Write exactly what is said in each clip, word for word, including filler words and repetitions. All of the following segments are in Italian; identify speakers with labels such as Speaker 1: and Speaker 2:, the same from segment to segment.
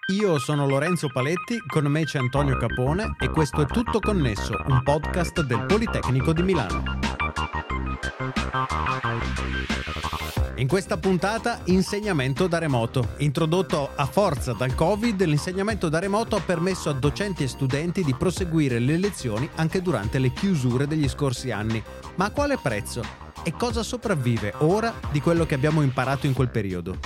Speaker 1: Io sono Lorenzo Paletti, con me c'è Antonio Capone e questo è Tutto Connesso, un podcast del Politecnico di Milano. In questa puntata, insegnamento da remoto. Introdotto a forza dal Covid, l'insegnamento da remoto ha permesso a docenti e studenti di proseguire le lezioni anche durante le chiusure degli scorsi anni. Ma a quale prezzo? E cosa sopravvive ora di quello che abbiamo imparato in quel periodo?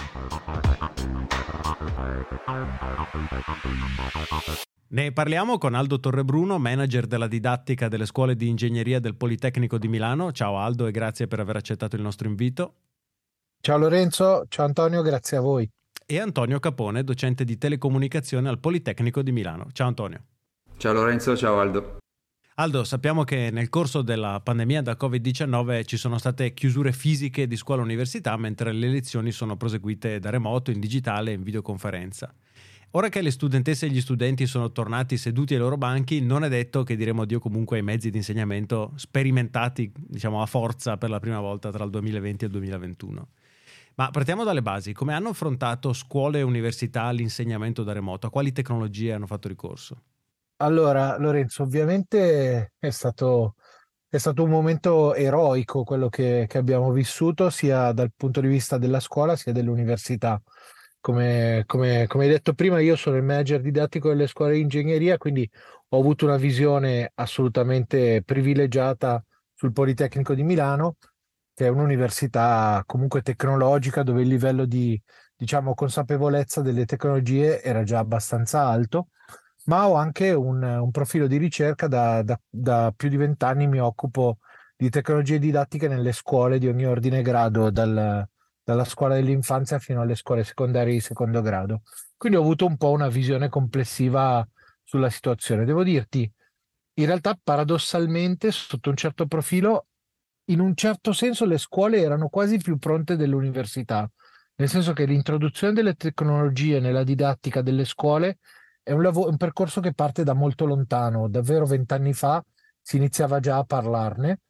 Speaker 1: Ne parliamo con Aldo Torrebruno, manager della didattica delle scuole di ingegneria del Politecnico di Milano. Ciao Aldo e grazie per aver accettato il nostro invito.
Speaker 2: Ciao Lorenzo, ciao Antonio, grazie a voi.
Speaker 1: E Antonio Capone, docente di telecomunicazione al Politecnico di Milano. Ciao Antonio.
Speaker 3: Ciao Lorenzo, ciao Aldo.
Speaker 1: Aldo, sappiamo che nel corso della pandemia da covid diciannove ci sono state chiusure fisiche di scuola e università, mentre le lezioni sono proseguite da remoto, in digitale e in videoconferenza. Ora che le studentesse e gli studenti sono tornati seduti ai loro banchi, non è detto che diremo addio comunque ai mezzi di insegnamento sperimentati, diciamo, a forza per la prima volta tra il duemilaventi e il duemilaventuno. Ma partiamo dalle basi. Come hanno affrontato scuole e università l'insegnamento da remoto? A quali tecnologie hanno fatto ricorso?
Speaker 2: Allora, Lorenzo, ovviamente è stato, è stato un momento eroico quello che, che abbiamo vissuto, sia dal punto di vista della scuola sia dell'università. Come, come, come hai detto prima, io sono il manager didattico delle scuole di ingegneria, quindi ho avuto una visione assolutamente privilegiata sul Politecnico di Milano, che è un'università comunque tecnologica, dove il livello di, diciamo, consapevolezza delle tecnologie era già abbastanza alto. Ma ho anche un, un profilo di ricerca. Da, da, da più di vent'anni mi occupo di tecnologie didattiche nelle scuole di ogni ordine e grado, dal, dalla scuola dell'infanzia fino alle scuole secondarie di secondo grado. Quindi ho avuto un po' una visione complessiva sulla situazione. Devo dirti, in realtà paradossalmente, sotto un certo profilo, in un certo senso le scuole erano quasi più pronte dell'università, nel senso che l'introduzione delle tecnologie nella didattica delle scuole è un, lav- un percorso che parte da molto lontano, davvero vent'anni fa si iniziava già a parlarne,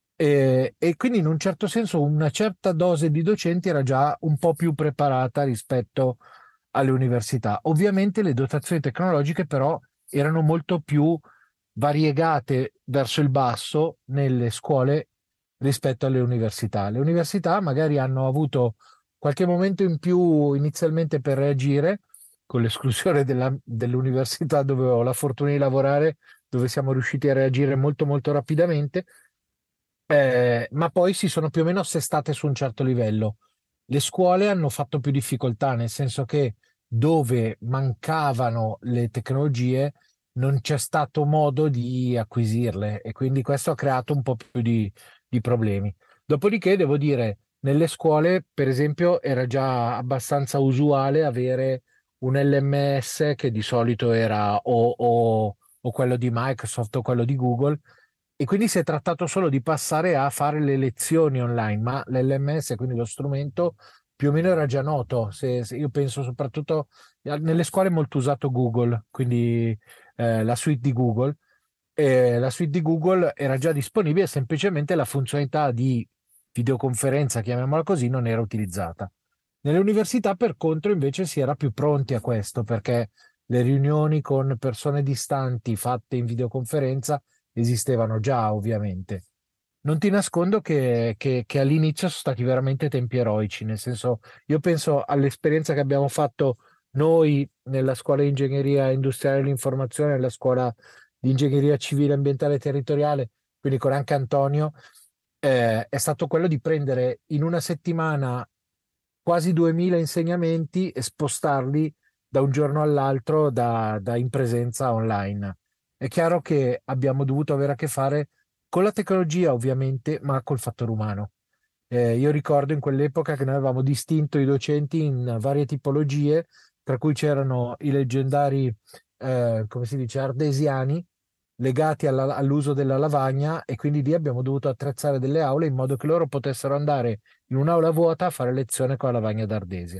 Speaker 2: e, e quindi in un certo senso una certa dose di docenti era già un po' più preparata rispetto alle università. Ovviamente le dotazioni tecnologiche però erano molto più variegate verso il basso nelle scuole rispetto alle università. Le università magari hanno avuto qualche momento in più inizialmente per reagire, con l'esclusione della, dell'università dove ho la fortuna di lavorare, dove siamo riusciti a reagire molto molto rapidamente, eh, ma poi si sono più o meno assestate su un certo livello. Le scuole hanno fatto più difficoltà, nel senso che dove mancavano le tecnologie non c'è stato modo di acquisirle, e quindi questo ha creato un po' più di, di problemi. Dopodiché devo dire, nelle scuole, per esempio, era già abbastanza usuale avere un L M S, che di solito era o, o, o quello di Microsoft o quello di Google, e quindi si è trattato solo di passare a fare le lezioni online, ma l'L M S, quindi lo strumento, più o meno era già noto. Se, se io penso soprattutto nelle scuole è molto usato Google, quindi eh, la suite di Google. E la suite di Google era già disponibile, semplicemente la funzionalità di videoconferenza, chiamiamola così, non era utilizzata. Nelle università, per contro, invece si era più pronti a questo, perché le riunioni con persone distanti fatte in videoconferenza esistevano già, ovviamente. Non ti nascondo che, che, che all'inizio sono stati veramente tempi eroici, nel senso, io penso all'esperienza che abbiamo fatto noi nella scuola di ingegneria industriale dell'informazione, nella scuola di ingegneria civile, ambientale e territoriale, quindi con anche Antonio, eh, è stato quello di prendere in una settimana quasi duemila insegnamenti e spostarli da un giorno all'altro da, da in presenza online. È chiaro che abbiamo dovuto avere a che fare con la tecnologia, ovviamente, ma col fattore umano. Eh, io ricordo in quell'epoca che noi avevamo distinto i docenti in varie tipologie, tra cui c'erano i leggendari, eh, come si dice, ardesiani, legati alla- all'uso della lavagna, e quindi lì abbiamo dovuto attrezzare delle aule in modo che loro potessero andare in un'aula vuota a fare lezione con la lavagna d'ardesia.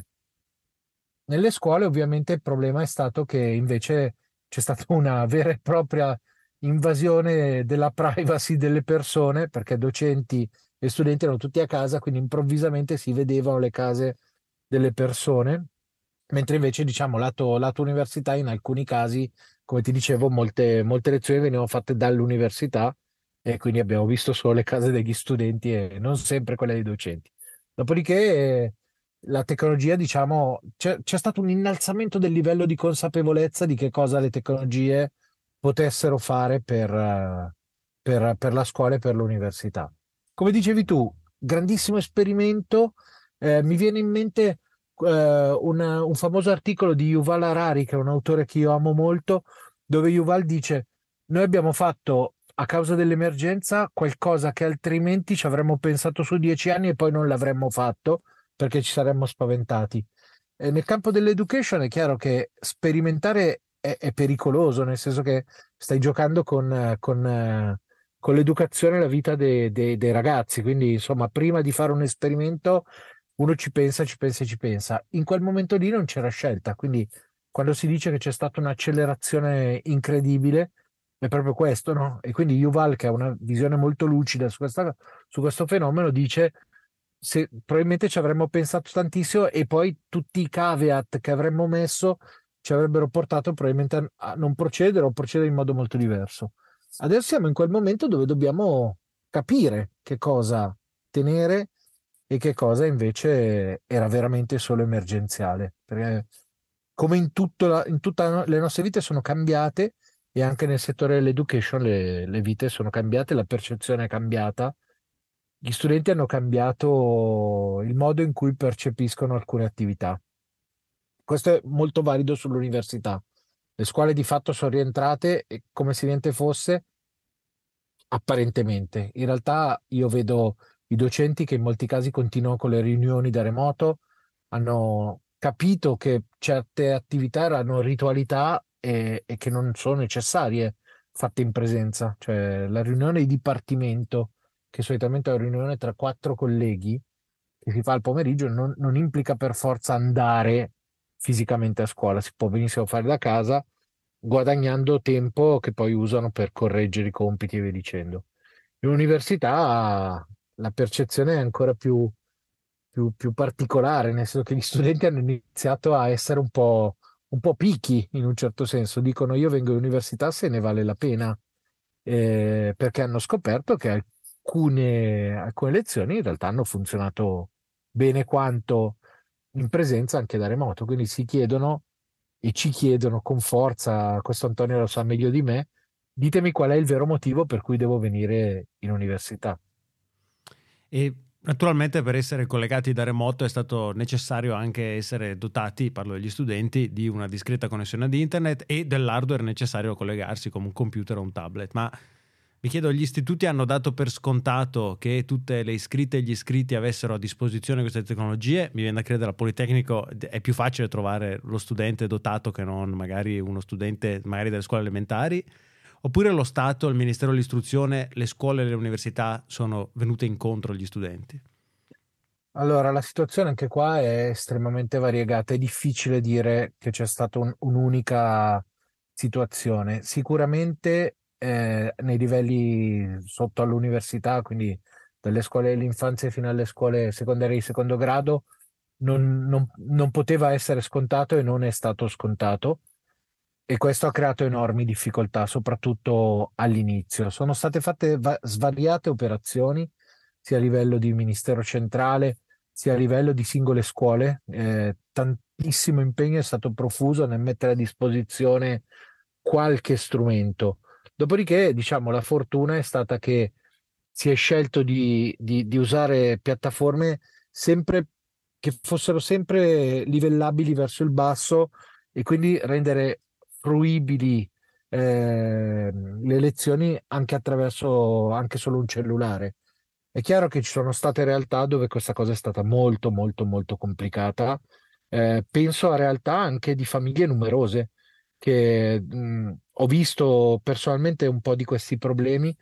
Speaker 2: Nelle scuole ovviamente il problema è stato che invece c'è stata una vera e propria invasione della privacy delle persone, perché docenti e studenti erano tutti a casa, quindi improvvisamente si vedevano le case delle persone, mentre invece diciamo lato, lato università in alcuni casi, come ti dicevo, molte, molte lezioni venivano fatte dall'università e quindi abbiamo visto solo le case degli studenti e non sempre quelle dei docenti. Dopodiché eh, la tecnologia, diciamo, c'è, c'è stato un innalzamento del livello di consapevolezza di che cosa le tecnologie potessero fare per, eh, per, per la scuola e per l'università. Come dicevi tu, grandissimo esperimento. Eh, mi viene in mente eh, un, un famoso articolo di Yuval Harari, che è un autore che io amo molto, dove Yuval dice: noi abbiamo fatto a causa dell'emergenza qualcosa che altrimenti ci avremmo pensato su dieci anni e poi non l'avremmo fatto perché ci saremmo spaventati. E nel campo dell'education è chiaro che sperimentare è, è pericoloso, nel senso che stai giocando con, eh, con, eh, con l'educazione e la vita dei dei- dei ragazzi. Quindi, insomma, prima di fare un esperimento, uno ci pensa, ci pensa e ci pensa. In quel momento lì non c'era scelta. Quindi, quando si dice che c'è stata un'accelerazione incredibile, è proprio questo, no? E quindi Yuval, che ha una visione molto lucida su questa- su questo fenomeno, dice: se, probabilmente ci avremmo pensato tantissimo e poi tutti i caveat che avremmo messo ci avrebbero portato probabilmente a, a non procedere o procedere in modo molto diverso. Adesso siamo in quel momento dove dobbiamo capire che cosa tenere e che cosa invece era veramente solo emergenziale. Perché come in tutto la- in tutte le nostre vite sono cambiate e anche nel settore dell'education le, le vite sono cambiate, la percezione è cambiata. Gli studenti hanno cambiato il modo in cui percepiscono alcune attività. Questo è molto valido sull'università. Le scuole di fatto sono rientrate e come se niente fosse, apparentemente. In realtà io vedo i docenti che in molti casi continuano con le riunioni da remoto, hanno capito che certe attività erano ritualità e, e che non sono necessarie fatte in presenza. Cioè la riunione di dipartimento, che solitamente è una riunione tra quattro colleghi, che si fa al pomeriggio, non, non implica per forza andare fisicamente a scuola, si può benissimo fare da casa, guadagnando tempo che poi usano per correggere i compiti e via dicendo. In università la percezione è ancora più, più, più particolare, nel senso che gli studenti hanno iniziato a essere un po', un po' picchi in un certo senso. Dicono: io vengo all'università se ne vale la pena, eh, perché hanno scoperto che alcune, alcune lezioni in realtà hanno funzionato bene quanto in presenza anche da remoto. Quindi si chiedono e ci chiedono con forza, questo Antonio lo sa meglio di me: ditemi qual è il vero motivo per cui devo venire in università.
Speaker 1: E naturalmente per essere collegati da remoto è stato necessario anche essere dotati, parlo degli studenti, di una discreta connessione ad internet e dell'hardware necessario a collegarsi come un computer o un tablet. Ma mi chiedo, gli istituti hanno dato per scontato che tutte le iscritte e gli iscritti avessero a disposizione queste tecnologie? Mi viene da credere al Politecnico è più facile trovare lo studente dotato che non magari uno studente magari delle scuole elementari. Oppure lo Stato, il Ministero dell'Istruzione, le scuole e le università sono venute incontro agli studenti?
Speaker 2: Allora, la situazione anche qua è estremamente variegata, è difficile dire che c'è stata un- un'unica situazione. Sicuramente eh, nei livelli sotto all'università, quindi dalle scuole dell'infanzia fino alle scuole secondarie di secondo grado, non, non- non poteva essere scontato e non è stato scontato. E questo ha creato enormi difficoltà, soprattutto all'inizio. Sono state fatte va- svariate operazioni, sia a livello di Ministero centrale, sia a livello di singole scuole. Eh, tantissimo impegno è stato profuso nel mettere a disposizione qualche strumento. Dopodiché, diciamo, la fortuna è stata che si è scelto di, di- di usare piattaforme sempre che fossero sempre livellabili verso il basso e quindi rendere fruibili eh, le lezioni anche attraverso anche solo un cellulare. È chiaro che ci sono state realtà dove questa cosa è stata molto, molto, molto complicata. Eh, penso a realtà anche di famiglie numerose che mh, ho visto personalmente un po' di questi problemi,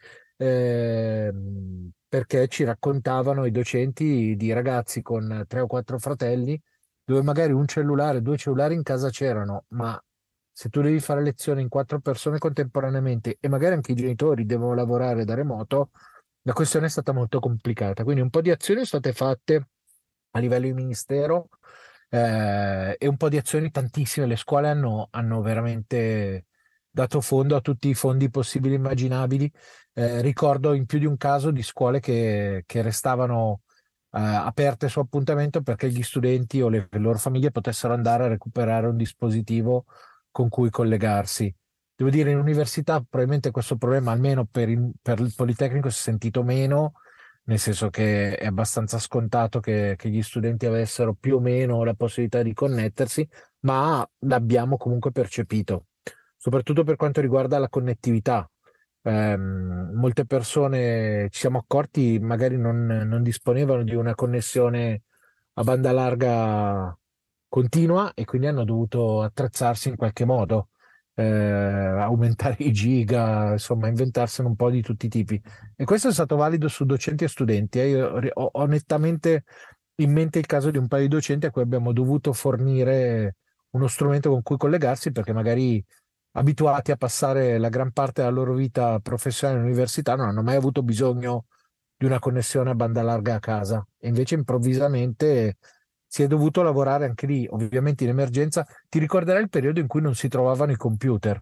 Speaker 2: ehm, perché ci raccontavano i docenti di ragazzi con tre o quattro fratelli, dove magari un cellulare, due cellulari in casa c'erano, ma se tu devi fare lezioni in quattro persone contemporaneamente e magari anche i genitori devono lavorare da remoto, la questione è stata molto complicata. Quindi un po' di azioni sono state fatte a livello di ministero, eh, e un po' di azioni tantissime. Le scuole hanno, hanno veramente dato fondo a tutti i fondi possibili e immaginabili. Eh, ricordo in più di un caso di scuole che, che restavano eh, aperte su appuntamento perché gli studenti o le, le loro famiglie potessero andare a recuperare un dispositivo con cui collegarsi. Devo dire, in università probabilmente questo problema, almeno per il, per il Politecnico, si è sentito meno, nel senso che è abbastanza scontato che, che gli studenti avessero più o meno la possibilità di connettersi, ma l'abbiamo comunque percepito, soprattutto per quanto riguarda la connettività. Ehm, molte persone, ci siamo accorti, magari non, non disponevano di una connessione a banda larga continua e quindi hanno dovuto attrezzarsi in qualche modo, eh, aumentare i giga, insomma, inventarsene un po' di tutti i tipi. E questo è stato valido su docenti e studenti. eh. Io ri- ho, ho nettamente in mente il caso di un paio di docenti a cui abbiamo dovuto fornire uno strumento con cui collegarsi perché magari abituati a passare la gran parte della loro vita professionale all'università non hanno mai avuto bisogno di una connessione a banda larga a casa e invece improvvisamente si è dovuto lavorare anche lì, ovviamente in emergenza. Ti ricorderai il periodo in cui non si trovavano i computer?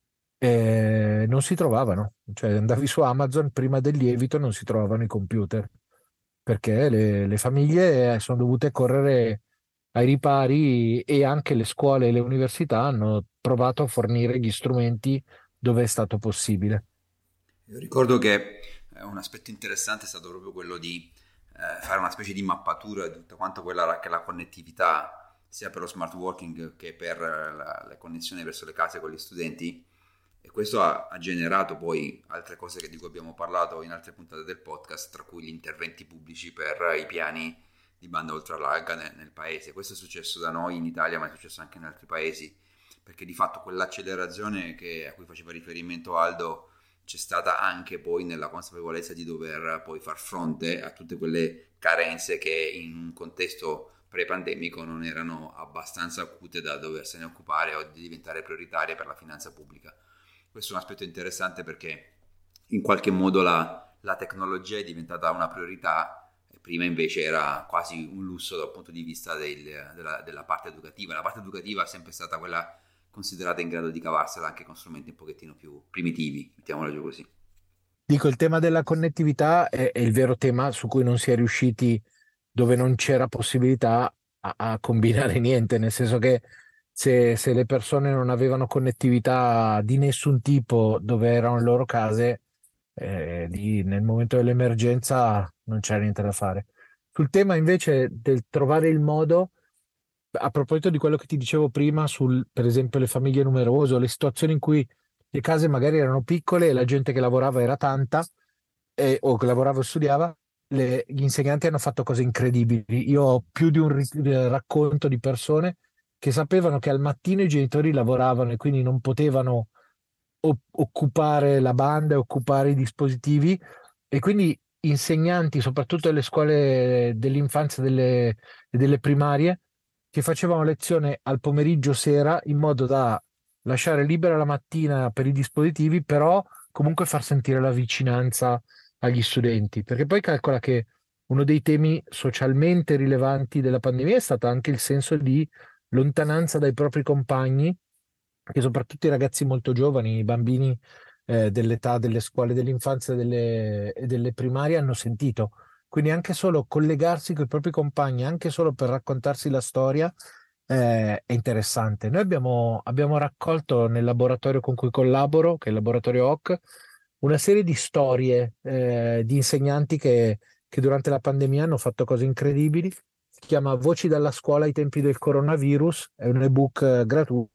Speaker 2: Eh, non si trovavano, cioè andavi su Amazon prima del lievito, non si trovavano i computer perché le, le famiglie sono dovute correre ai ripari e anche le scuole e le università hanno provato a fornire gli strumenti dove è stato possibile.
Speaker 3: Io ricordo che eh, un aspetto interessante è stato proprio quello di eh, fare una specie di mappatura di tutta quanto quella che è la connettività sia per lo smart working che per la, la connessione verso le case con gli studenti, e questo ha, ha generato poi altre cose che, di cui abbiamo parlato in altre puntate del podcast, tra cui gli interventi pubblici per i piani di banda ultralarga nel, nel paese. Questo è successo da noi in Italia, ma è successo anche in altri paesi, perché di fatto quell'accelerazione che, a cui faceva riferimento Aldo c'è stata anche poi nella consapevolezza di dover poi far fronte a tutte quelle carenze che in un contesto pre-pandemico non erano abbastanza acute da doversene occupare o di diventare prioritarie per la finanza pubblica. Questo è un aspetto interessante perché in qualche modo la, la tecnologia è diventata una priorità, e prima invece era quasi un lusso dal punto di vista del, della, della parte educativa. La parte educativa è sempre stata quella considerata in grado di cavarsela anche con strumenti un pochettino più primitivi, mettiamola giù così.
Speaker 2: Dico, il tema della connettività è, è il vero tema su cui non si è riusciti, dove non c'era possibilità a, a combinare niente, nel senso che se, se le persone non avevano connettività di nessun tipo dove erano le loro case, eh, lì nel momento dell'emergenza non c'era niente da fare. Sul tema invece del trovare il modo, a proposito di quello che ti dicevo prima, sul, per esempio, le famiglie numerose o le situazioni in cui le case magari erano piccole e la gente che lavorava era tanta, e- o che lavorava o studiava, le- gli insegnanti hanno fatto cose incredibili. Io ho più di un ri- eh, racconto di persone che sapevano che al mattino i genitori lavoravano e quindi non potevano o- occupare la banda e occupare i dispositivi, e quindi insegnanti, soprattutto alle scuole dell'infanzia e delle, e delle primarie, che facevano lezione al pomeriggio sera in modo da lasciare libera la mattina per i dispositivi, però comunque far sentire la vicinanza agli studenti, perché poi calcola che uno dei temi socialmente rilevanti della pandemia è stato anche il senso di lontananza dai propri compagni, che soprattutto i ragazzi molto giovani, i bambini eh, dell'età delle scuole dell'infanzia e delle, e delle primarie hanno sentito. Quindi anche solo collegarsi con i propri compagni, anche solo per raccontarsi la storia, eh, è interessante. Noi abbiamo, abbiamo raccolto nel laboratorio con cui collaboro, che è il laboratorio O C, una serie di storie eh, di insegnanti che, che durante la pandemia hanno fatto cose incredibili. Si chiama Voci dalla scuola ai tempi del coronavirus, è un ebook eh, gratuito,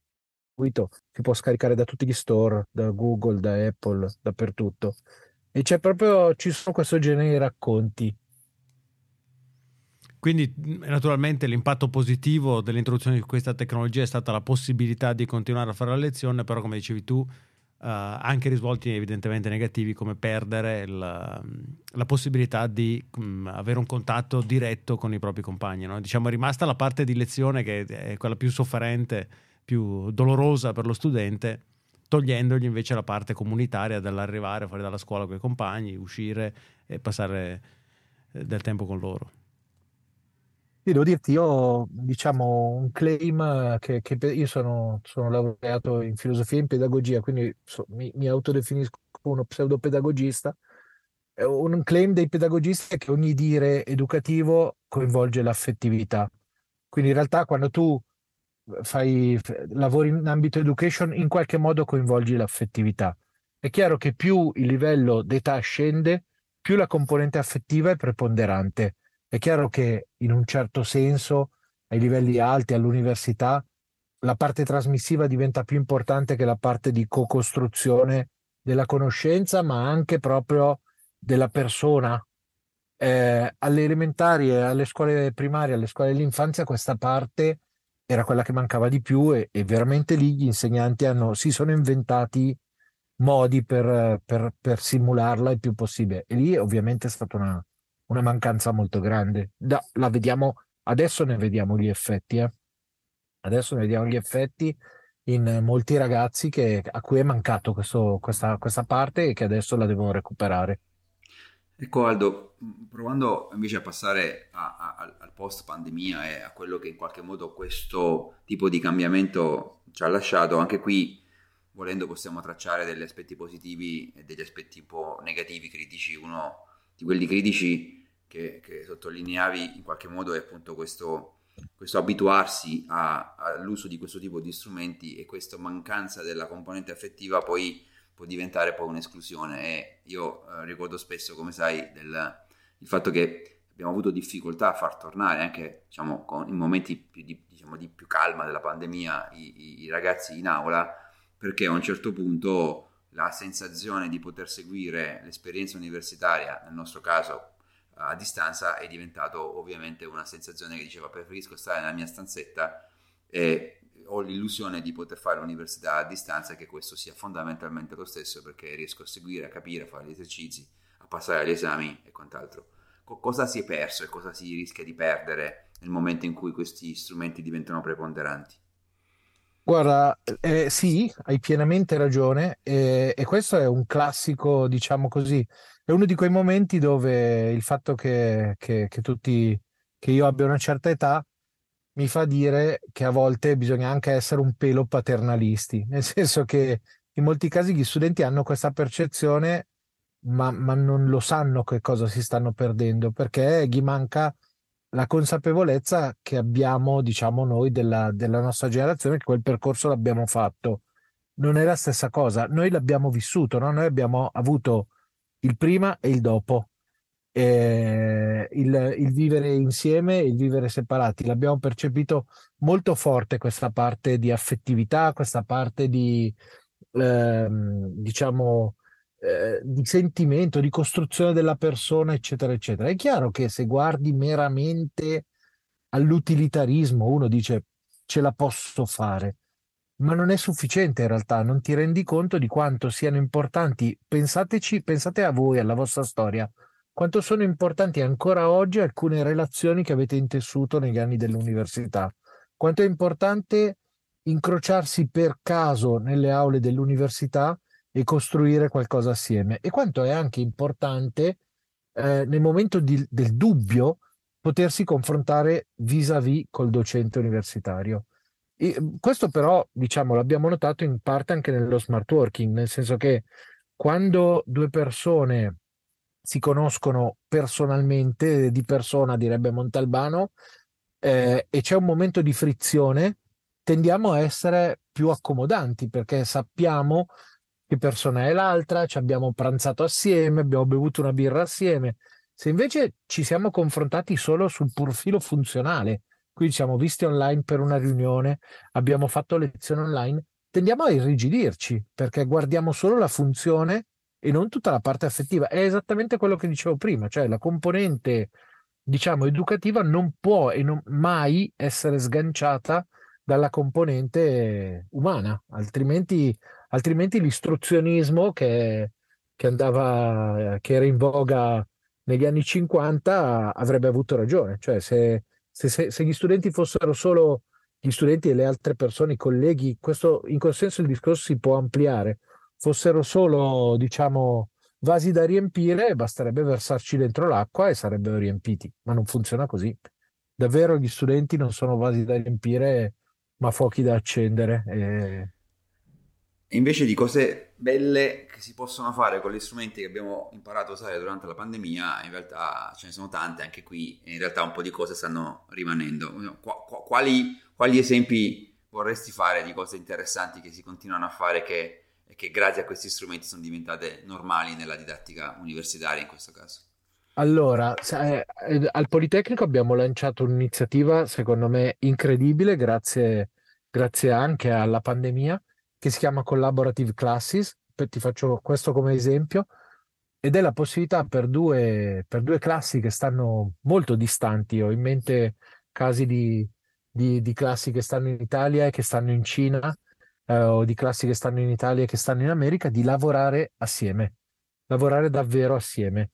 Speaker 2: si può scaricare da tutti gli store, da Google, da Apple, dappertutto. E c'è proprio, ci sono questo genere di racconti.
Speaker 1: Quindi naturalmente l'impatto positivo dell'introduzione di questa tecnologia è stata la possibilità di continuare a fare la lezione, però come dicevi tu, Uh, anche risvolti evidentemente negativi come perdere la, la possibilità di um, avere un contatto diretto con i propri compagni, no? Diciamo è rimasta la parte di lezione che è quella più sofferente, più dolorosa per lo studente, togliendogli invece la parte comunitaria dell'arrivare fuori dalla scuola con i compagni, uscire e passare eh, del tempo con loro.
Speaker 2: Sì, devo dirti, io diciamo un claim che, che pe- io sono, sono laureato in filosofia e in pedagogia, quindi so- mi, mi autodefinisco uno pseudopedagogista. È un claim dei pedagogisti è che ogni dire educativo coinvolge l'affettività. Quindi in realtà quando tu fai, f- lavori in ambito education, in qualche modo coinvolgi l'affettività. È chiaro che più il livello d'età scende, più la componente affettiva è preponderante. È chiaro che in un certo senso, ai livelli alti, all'università, la parte trasmissiva diventa più importante che la parte di co-costruzione della conoscenza, ma anche proprio della persona. Eh, alle elementari e alle scuole primarie, alle scuole dell'infanzia, questa parte era quella che mancava di più e, e veramente lì gli insegnanti hanno, si sono inventati modi per, per- per simularla il più possibile. E lì ovviamente è stata una, una mancanza molto grande. Da- la vediamo, adesso ne vediamo gli effetti, eh. Adesso ne vediamo gli effetti in molti ragazzi che- a cui è mancato questo- questa, questa parte e che adesso la devono recuperare.
Speaker 3: Ecco Aldo, mh, provando invece a passare a- a- al al post pandemia e a quello che in qualche modo questo tipo di cambiamento ci ha lasciato, anche qui volendo possiamo tracciare degli aspetti positivi e degli aspetti un po' negativi, critici. Uno di quelli critici che, che sottolineavi in qualche modo è appunto questo, questo abituarsi a- all'uso di questo tipo di strumenti e questa mancanza della componente affettiva poi può diventare poi un'esclusione. E io eh, ricordo spesso, come sai, del, il fatto che abbiamo avuto difficoltà a far tornare anche diciamo, con, in momenti più di, diciamo, di più calma della pandemia i, i, i ragazzi in aula, perché a un certo punto la sensazione di poter seguire l'esperienza universitaria, nel nostro caso a distanza, è diventato ovviamente una sensazione che diceva preferisco stare nella mia stanzetta e ho l'illusione di poter fare l'università a distanza e che questo sia fondamentalmente lo stesso perché riesco a seguire, a capire, a fare gli esercizi, a passare agli esami e quant'altro. Co- cosa si è perso e cosa si rischia di perdere nel momento in cui questi strumenti diventano preponderanti?
Speaker 2: Guarda, eh, sì, hai pienamente ragione e, e questo è un classico, diciamo così, è uno di quei momenti dove il fatto che, che- che tutti, che io abbia una certa età mi fa dire che a volte bisogna anche essere un pelo paternalisti, nel senso che in molti casi gli studenti hanno questa percezione, ma, ma non lo sanno che cosa si stanno perdendo, perché gli manca la consapevolezza che abbiamo, diciamo, noi della, della nostra generazione, che quel percorso l'abbiamo fatto. Non è la stessa cosa, noi l'abbiamo vissuto, no? Noi abbiamo avuto il prima e il dopo, eh, il, il vivere insieme e il vivere separati. L'abbiamo percepito molto forte questa parte di affettività, questa parte di, ehm, diciamo, eh, di sentimento, di costruzione della persona, eccetera, eccetera. È chiaro che se guardi meramente all'utilitarismo, uno dice ce la posso fare, ma non è sufficiente in realtà, non ti rendi conto di quanto siano importanti. Pensateci, pensate a voi, alla vostra storia, quanto sono importanti ancora oggi alcune relazioni che avete intessuto negli anni dell'università. Quanto è importante incrociarsi per caso nelle aule dell'università e costruire qualcosa assieme. E quanto è anche importante eh, nel momento di- del dubbio potersi confrontare vis-à-vis col docente universitario. E, questo però, diciamo, l'abbiamo notato in parte anche nello smart working, nel senso che quando due persone si conoscono personalmente, di persona direbbe Montalbano, eh, e c'è un momento di frizione, tendiamo a essere più accomodanti perché sappiamo che persona è l'altra, ci abbiamo pranzato assieme, abbiamo bevuto una birra assieme. Se invece ci siamo confrontati solo sul profilo funzionale, quindi ci siamo visti online per una riunione, abbiamo fatto lezione online, tendiamo a irrigidirci perché guardiamo solo la funzione e non tutta la parte affettiva. È esattamente quello che dicevo prima, cioè la componente, diciamo, educativa non può e non mai essere sganciata dalla componente umana, altrimenti, altrimenti l'istruzionismo che, che andava, che era in voga negli anni cinquanta avrebbe avuto ragione. Cioè, se, se, se, se gli studenti fossero solo gli studenti e le altre persone, i colleghi, questo, in questo senso il discorso si può ampliare, fossero solo, diciamo, vasi da riempire, basterebbe versarci dentro l'acqua e sarebbero riempiti, ma non funziona così. davvero gli studenti non sono vasi da riempire, ma fuochi da accendere. E...
Speaker 3: E invece di cose belle che si possono fare con gli strumenti che abbiamo imparato a usare durante la pandemia, in realtà ce ne sono tante anche qui, e in realtà un po' di cose stanno rimanendo. Qu- quali, quali esempi vorresti fare di cose interessanti che si continuano a fare che, e che grazie a questi strumenti sono diventate normali nella didattica universitaria in questo caso?
Speaker 2: Allora, se- eh, al Politecnico abbiamo lanciato un'iniziativa, secondo me, incredibile, grazie, grazie anche alla pandemia, che si chiama Collaborative Classes. Per- Ti faccio questo come esempio, ed è la possibilità per due, per due classi che stanno molto distanti. Ho in mente casi di, di- di classi che stanno in Italia e che stanno in Cina, eh, o di classi che stanno in Italia e che stanno in America, di lavorare assieme, lavorare davvero assieme.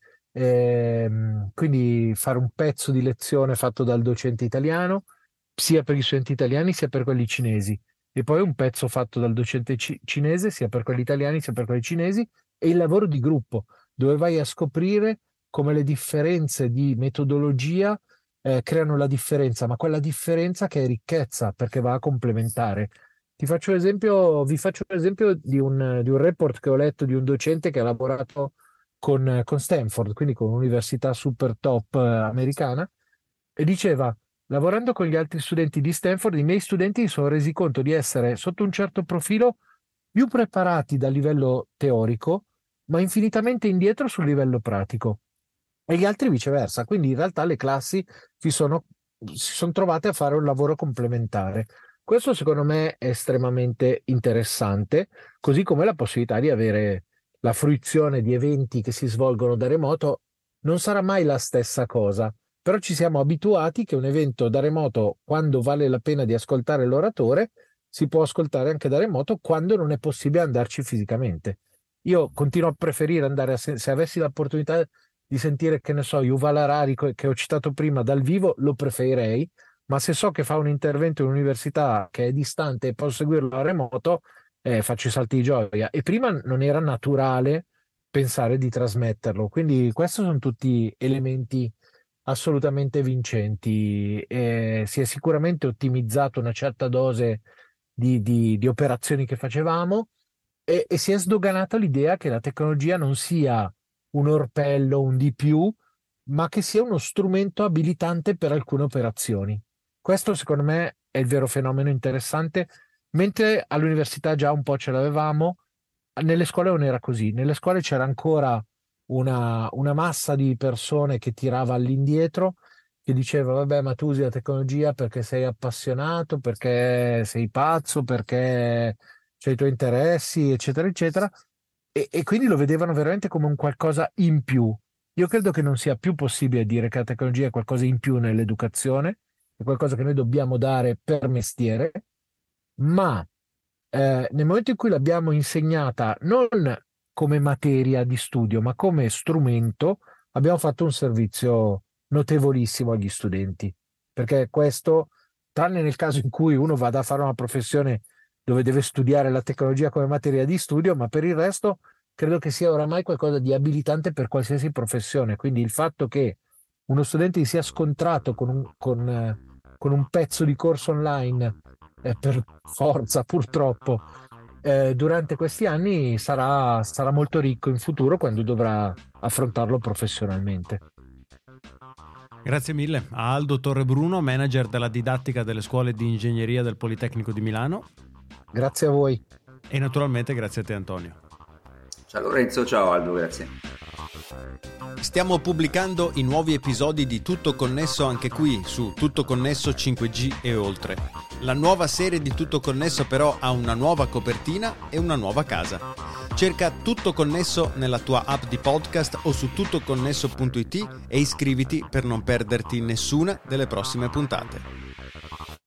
Speaker 2: Ehm, quindi fare un pezzo di lezione fatto dal docente italiano, sia per gli studenti italiani sia per quelli cinesi, e poi un pezzo fatto dal docente ci- cinese, sia per quelli italiani sia per quelli cinesi, e il lavoro di gruppo, dove vai a scoprire come le differenze di metodologia eh, creano la differenza, ma quella differenza che è ricchezza, perché va a complementare. Ti faccio esempio, vi faccio l'esempio di un, di un report che ho letto di un docente che ha lavorato con, con Stanford, quindi con un'università super top eh, americana, e diceva: lavorando con gli altri studenti di Stanford, i miei studenti si sono resi conto di essere sotto un certo profilo più preparati dal livello teorico, ma infinitamente indietro sul livello pratico, e gli altri viceversa. Quindi in realtà le classi si sono, si sono trovate a fare un lavoro complementare. Questo secondo me è estremamente interessante, così come la possibilità di avere la fruizione di eventi che si svolgono da remoto. Non sarà mai la stessa cosa, però ci siamo abituati che un evento da remoto, quando vale la pena di ascoltare l'oratore, si può ascoltare anche da remoto quando non è possibile andarci fisicamente. Io continuo a preferire andare a se, se avessi l'opportunità di sentire, che ne so, Yuval Harari, co- che ho citato prima, dal vivo, lo preferirei, ma se so che fa un intervento in università che è distante e posso seguirlo a remoto, eh, faccio i salti di gioia. E prima non era naturale pensare di trasmetterlo. Quindi questi sono tutti elementi assolutamente vincenti. Eh, si è sicuramente ottimizzato una certa dose di, di- di operazioni che facevamo, e, e si è sdoganata l'idea che la tecnologia non sia un orpello, un di più, ma che sia uno strumento abilitante per alcune operazioni. Questo, secondo me, è il vero fenomeno interessante. Mentre all'università già un po' ce l'avevamo, nelle scuole non era così. Nelle scuole c'era ancora una, una massa di persone che tirava all'indietro, che diceva: vabbè, ma tu usi la tecnologia perché sei appassionato, perché sei pazzo, perché c'hai i tuoi interessi, eccetera, eccetera. E, e quindi lo vedevano veramente come un qualcosa in più. Io credo che non sia più possibile dire che la tecnologia è qualcosa in più nell'educazione, è qualcosa che noi dobbiamo dare per mestiere, ma eh, nel momento in cui l'abbiamo insegnata non come materia di studio, ma come strumento, abbiamo fatto un servizio notevolissimo agli studenti, perché questo, tranne nel caso in cui uno vada a fare una professione dove deve studiare la tecnologia come materia di studio, ma per il resto credo che sia oramai qualcosa di abilitante per qualsiasi professione. Quindi il fatto che uno studente si sia scontrato con un, con, eh, con un pezzo di corso online, eh, per forza, purtroppo, eh, durante questi anni sarà, sarà molto ricco in futuro quando dovrà affrontarlo professionalmente.
Speaker 1: Grazie mille a Aldo Torrebruno, manager della didattica delle scuole di ingegneria del Politecnico di Milano.
Speaker 2: Grazie a voi.
Speaker 1: E naturalmente grazie a te, Antonio.
Speaker 3: Ciao Lorenzo, ciao Aldo, grazie.
Speaker 1: Stiamo pubblicando i nuovi episodi di Tutto Connesso anche qui su Tutto Connesso cinque G e oltre. La nuova serie di Tutto Connesso però ha una nuova copertina e una nuova casa. Cerca Tutto Connesso nella tua app di podcast o su tuttoconnesso punto it e iscriviti per non perderti nessuna delle prossime puntate.